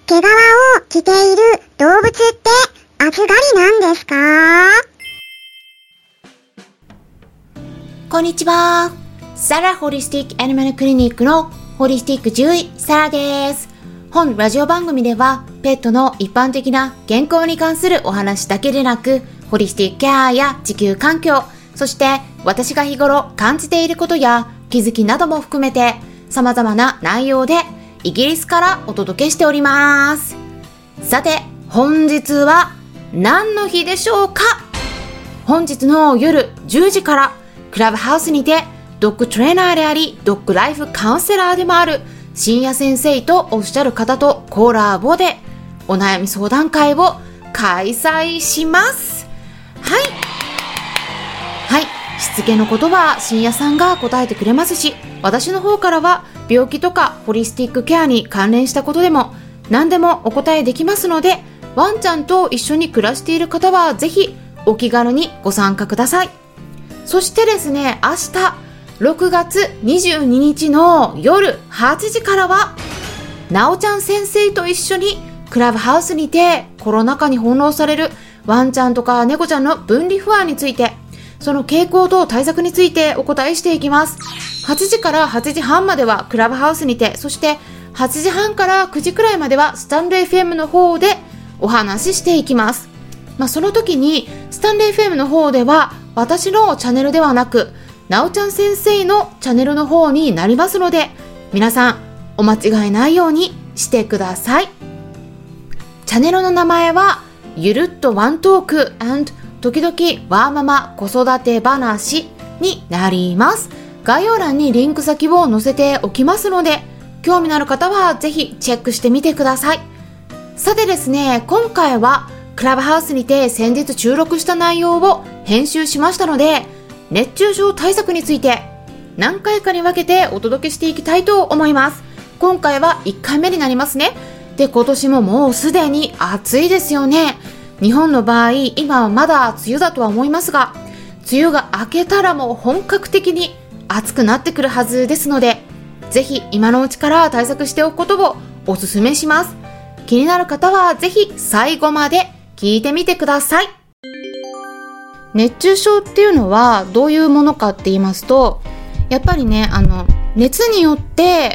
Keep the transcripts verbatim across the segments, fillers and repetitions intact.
毛皮を着ている動物って暑がりなんですか？ こんにちは。サラホリスティックアニマルクリニックのホリスティック獣医サラです。本ラジオ番組ではペットの一般的な健康に関するお話だけでなく、ホリスティックケアや地球環境、そして私が日頃感じていることや気づきなども含めて様々な内容でイギリスからお届けしております。さて、本日は何の日でしょうか？本日の夜じゅうじからクラブハウスにてドッグトレーナーでありドッグライフカウンセラーでもある深夜先生とおっしゃる方とコラボでお悩み相談会を開催します。はいはい、しつけのことは深夜さんが答えてくれますし、私の方からは病気とかホリスティックケアに関連したことでも何でもお答えできますので、ワンちゃんと一緒に暮らしている方はぜひお気軽にご参加ください。そしてですね、明日ろくがつにじゅうににちの夜はちじからはなおちゃん先生と一緒にクラブハウスにてコロナ禍に翻弄されるワンちゃんとか猫ちゃんの分離不安について、その傾向と対策についてお答えしていきます。はちじからはちじはんまではクラブハウスにて、そしてはちじはんからくじくらいまではスタンド エフエム の方でお話ししていきます。まあ、その時にスタンド エフエム の方では私のチャンネルではなくなおちゃん先生のチャンネルの方になりますので、皆さんお間違いないようにしてください。チャンネルの名前はゆるっとワントーク&時々ワーママ子育て話になります。概要欄にリンク先を載せておきますので、興味のある方はぜひチェックしてみてください。さてですね、今回はクラブハウスにて先日収録した内容を編集しましたので、熱中症対策について何回かに分けてお届けしていきたいと思います。今回はいっかいめになりますね。で、今年ももうすでに暑いですよね。日本の場合、今はまだ梅雨だとは思いますが、梅雨が明けたらもう本格的に暑くなってくるはずですので、ぜひ今のうちから対策しておくことをお勧めします。気になる方はぜひ最後まで聞いてみてください。熱中症っていうのはどういうものかって言いますと、やっぱりね、あの熱によって、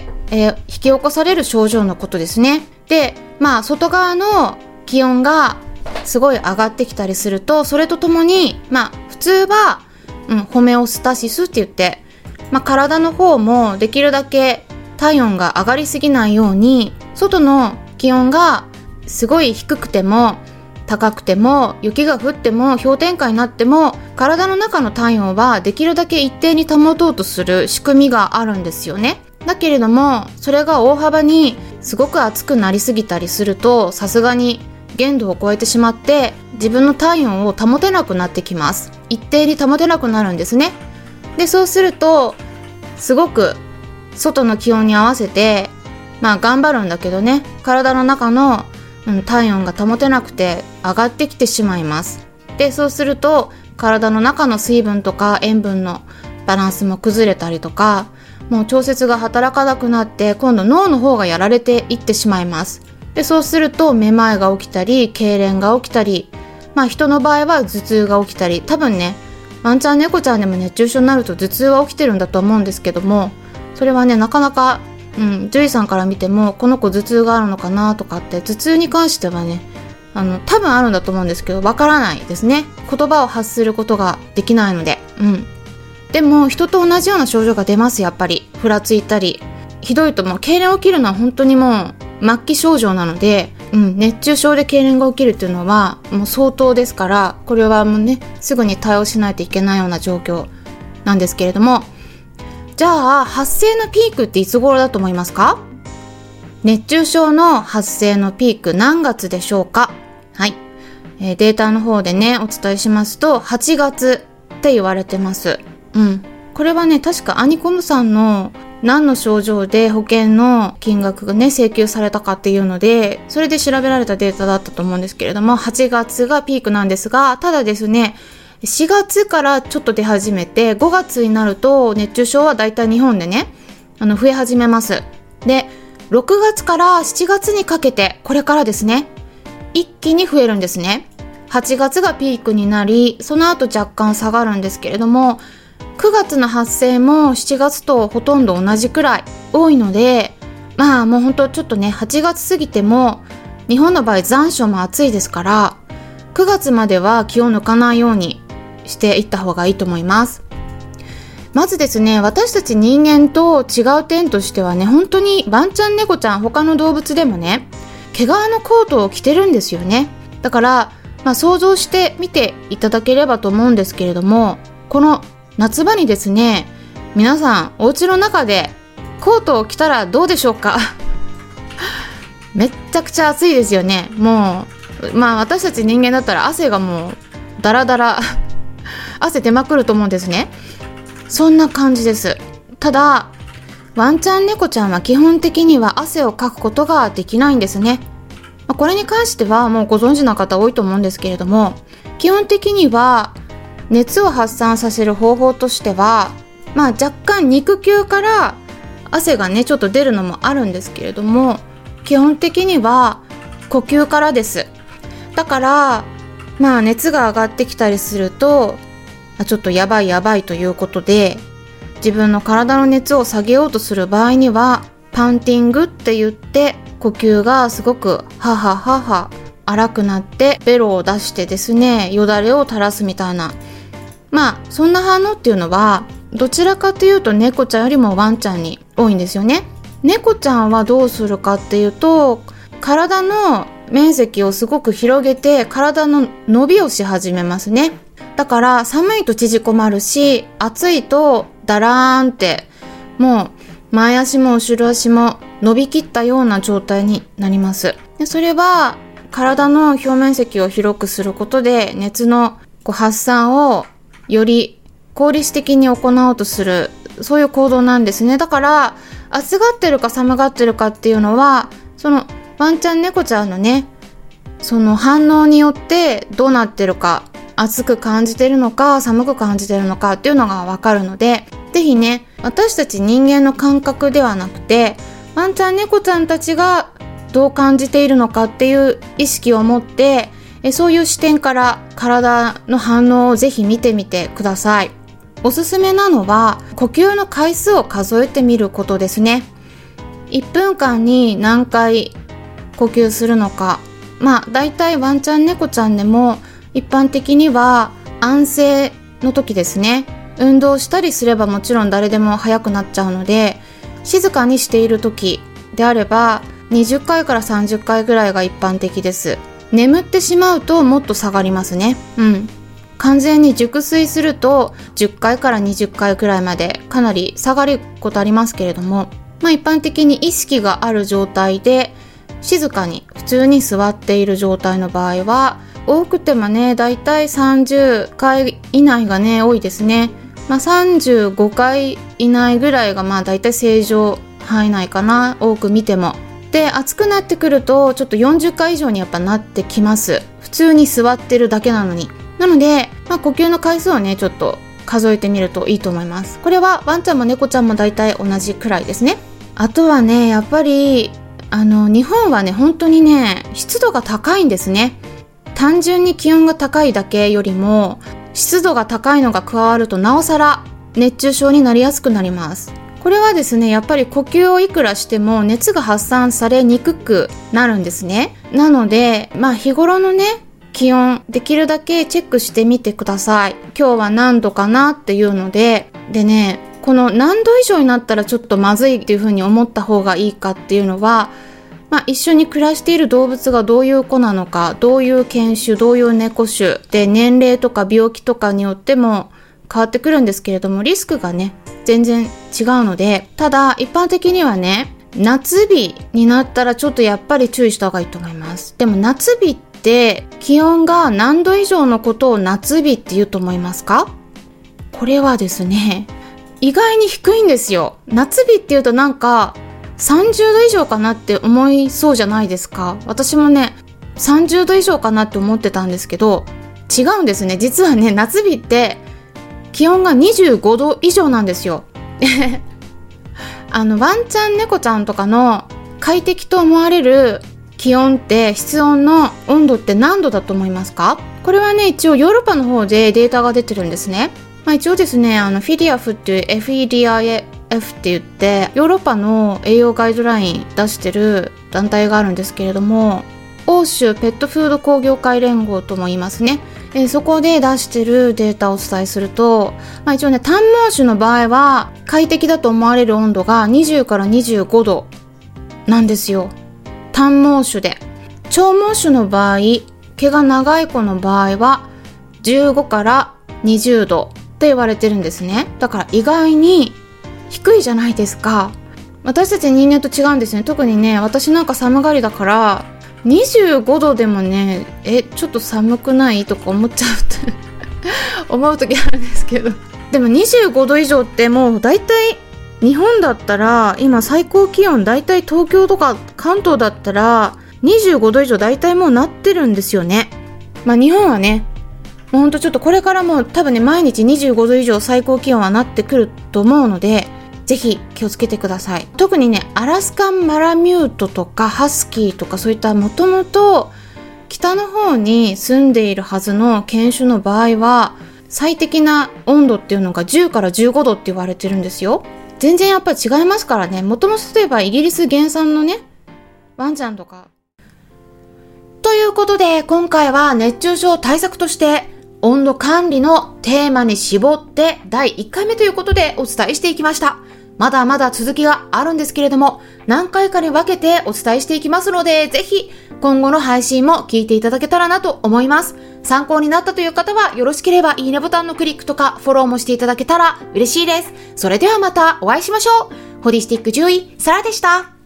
えー、引き起こされる症状のことですね。で、まあ外側の気温がすごい上がってきたりすると、それとともに、まあ普通は、うん、ホメオスタシスって言って、まあ体の方もできるだけ体温が上がりすぎないように、外の気温がすごい低くても高くても雪が降っても氷点下になっても体の中の体温はできるだけ一定に保とうとする仕組みがあるんですよね。だけれどもそれが大幅にすごく暑くなりすぎたりすると、さすがに限度を超えてしまって自分の体温を保てなくなってきます。一定に保てなくなるんですね。で、そうするとすごく外の気温に合わせてまあ頑張るんだけどね、体の中のうん、体温が保てなくて上がってきてしまいます。で、そうすると体の中の水分とか塩分のバランスも崩れたりとか、もう調節が働かなくなって今度脳の方がやられていってしまいます。で、そうするとめまいが起きたり痙攣が起きたり、まあ人の場合は頭痛が起きたり、多分ねワンちゃん猫ちゃんでも熱中症になると頭痛は起きてるんだと思うんですけども、それはねなかなかうん、獣医さんから見てもこの子頭痛があるのかなとかって、頭痛に関してはねあの多分あるんだと思うんですけどわからないですね。言葉を発することができないので、うん、でも人と同じような症状が出ます。やっぱりふらついたり、ひどいともう痙攣起きるのは本当にもう末期症状なので、うん、熱中症で痙攣が起きるっていうのはもう相当ですから、これはもうねすぐに対応しないといけないような状況なんですけれども、じゃあ発生のピークっていつ頃だと思いますか？熱中症の発生のピーク何月でしょうか？はい、えー、データの方でねお伝えしますとはちがつって言われてます。うん、これはね確かアニコムさんの何の症状で保険の金額がね請求されたかっていうので、それで調べられたデータだったと思うんですけれども、はちがつがピークなんですが、ただですねしがつからちょっと出始めてごがつになると熱中症はだいたい日本でねあの増え始めます。でろくがつからしちがつにかけて、これからですね、一気に増えるんですね。はちがつがピークになり、その後若干下がるんですけれども、くがつの発生もしちがつとほとんど同じくらい多いので、まあもうほんとちょっとね、はちがつ過ぎても日本の場合残暑も暑いですから、くがつまでは気を抜かないようにしていった方がいいと思います。まずですね、私たち人間と違う点としてはね、本当にワンちゃん猫ちゃん他の動物でもね、毛皮のコートを着てるんですよね。だから、まあ、想像してみていただければと思うんですけれども、この夏場にですね、皆さんお家の中でコートを着たらどうでしょうかめっちゃくちゃ暑いですよね。もうまあ私たち人間だったら汗がもうダラダラ汗出まくると思うんですね。そんな感じです。ただワンちゃん猫ちゃんは基本的には汗をかくことができないんですね。これに関してはもうご存知の方多いと思うんですけれども、基本的には熱を発散させる方法としては、まあ若干肉球から汗がねちょっと出るのもあるんですけれども、基本的には呼吸からです。だからまあ熱が上がってきたりすると、ちょっとやばいやばいということで、自分の体の熱を下げようとする場合にはパンティングって言って、呼吸がすごくはははは荒くなってベロを出してですね、よだれを垂らすみたいな、まあそんな反応っていうのはどちらかというと猫ちゃんよりもワンちゃんに多いんですよね。猫ちゃんはどうするかっていうと、体の面積をすごく広げて体の伸びをし始めますね。だから寒いと縮こまるし、暑いとダラーンってもう前足も後ろ足も伸びきったような状態になります。でそれは体の表面積を広くすることで熱のこう発散をより効率的に行おうとする、そういう行動なんですね。だから暑がってるか寒がってるかっていうのは、そのワンちゃん猫ちゃんのね、その反応によってどうなってるか、暑く感じてるのか寒く感じてるのかっていうのがわかるので、ぜひね、私たち人間の感覚ではなくて、ワンちゃん猫ちゃんたちがどう感じているのかっていう意識を持って、えそういう視点から体の反応をぜひ見てみてください。おすすめなのは呼吸の回数を数えてみることですね。いっぷんかんに何回呼吸するのか、まあだいたいワンちゃん猫ちゃんでも一般的には安静の時ですね、運動したりすればもちろん誰でも速くなっちゃうので、静かにしている時であればにじゅっかいからさんじゅっかいぐらいが一般的です。眠ってしまうともっと下がりますね。うん完全に熟睡するとじゅっかいからにじゅっかいくらいまでかなり下がることありますけれども、まあ一般的に意識がある状態で静かに普通に座っている状態の場合は、多くてもねだいたいさんじゅっかい以内がね多いですね。まあさんじゅうごかい以内ぐらいがまあだいたい正常範囲内かな、多く見ても。で暑くなってくるとちょっとよんじゅっかい以上にやっぱなってきます。普通に座ってるだけなのに。なので、まあ、呼吸の回数をねちょっと数えてみるといいと思います。これはワンちゃんも猫ちゃんもだいたい同じくらいですね。あとはね、やっぱりあの日本はね本当にね湿度が高いんですね。単純に気温が高いだけよりも湿度が高いのが加わるとなおさら熱中症になりやすくなります。これはですね、やっぱり呼吸をいくらしても熱が発散されにくくなるんですね。なのでまあ日頃のね気温できるだけチェックしてみてください。今日は何度かなっていうので、でね、この何度以上になったらちょっとまずいっていう風に思った方がいいかっていうのは、まあ一緒に暮らしている動物がどういう子なのか、どういう犬種、どういう猫種で年齢とか病気とかによっても変わってくるんですけれども、リスクがね全然違うので、ただ一般的にはね、夏日になったらちょっとやっぱり注意した方がいいと思います。でも夏日ってで気温が何度以上のことを夏日って言うと思いますか？これはですね、意外に低いんですよ。夏日っていうとなんかさんじゅうど以上かなって思いそうじゃないですか。私もねさんじゅうど以上かなって思ってたんですけど、違うんですね。実はね、夏日って気温がにじゅうごど以上なんですよあのワンちゃん猫ちゃんとかの快適と思われる気温って室温の温度って何度だと思いますか？これはね一応ヨーロッパの方でデータが出てるんですね。まあ、一応ですねあのフィディアフっていう エフイーディーアイエフ って言ってヨーロッパの栄養ガイドライン出してる団体があるんですけれども、欧州ペットフード工業会連合とも言いますね。えー、そこで出してるデータをお伝えすると、まあ、一応ね短毛種の場合は快適だと思われる温度がにじゅうからにじゅうごどなんですよ。短毛種で。長毛種の場合、毛が長い子の場合はじゅうごからにじゅうどと言われてるんですね。だから意外に低いじゃないですか。私たち人間と違うんですね。特にね私なんか寒がりだからにじゅうごどでもねえちょっと寒くないとか思っちゃうって思う時あるんですけど、でもにじゅうごど以上ってもうだいたい日本だったら今最高気温だいたい東京とか関東だったらにじゅうごど以上だいたいもうなってるんですよね。まあ日本はねもうほんとちょっとこれからも多分ね毎日にじゅうごど以上最高気温はなってくると思うので、ぜひ気をつけてください。特にねアラスカンマラミュートとかハスキーとかそういったもともと北の方に住んでいるはずの犬種の場合は最適な温度っていうのがじゅうからじゅうごどって言われてるんですよ。全然やっぱり違いますからね。もともと例えばイギリス原産のねワンちゃんとか。ということで今回は熱中症対策として温度管理のテーマに絞ってだいいっかいめということでお伝えしていきました。まだまだ続きがあるんですけれども、何回かに分けてお伝えしていきますので、ぜひ今後の配信も聞いていただけたらなと思います。参考になったという方はよろしければいいねボタンのクリックとかフォローもしていただけたら嬉しいです。それではまたお会いしましょう。ホリスティック獣医、サラでした。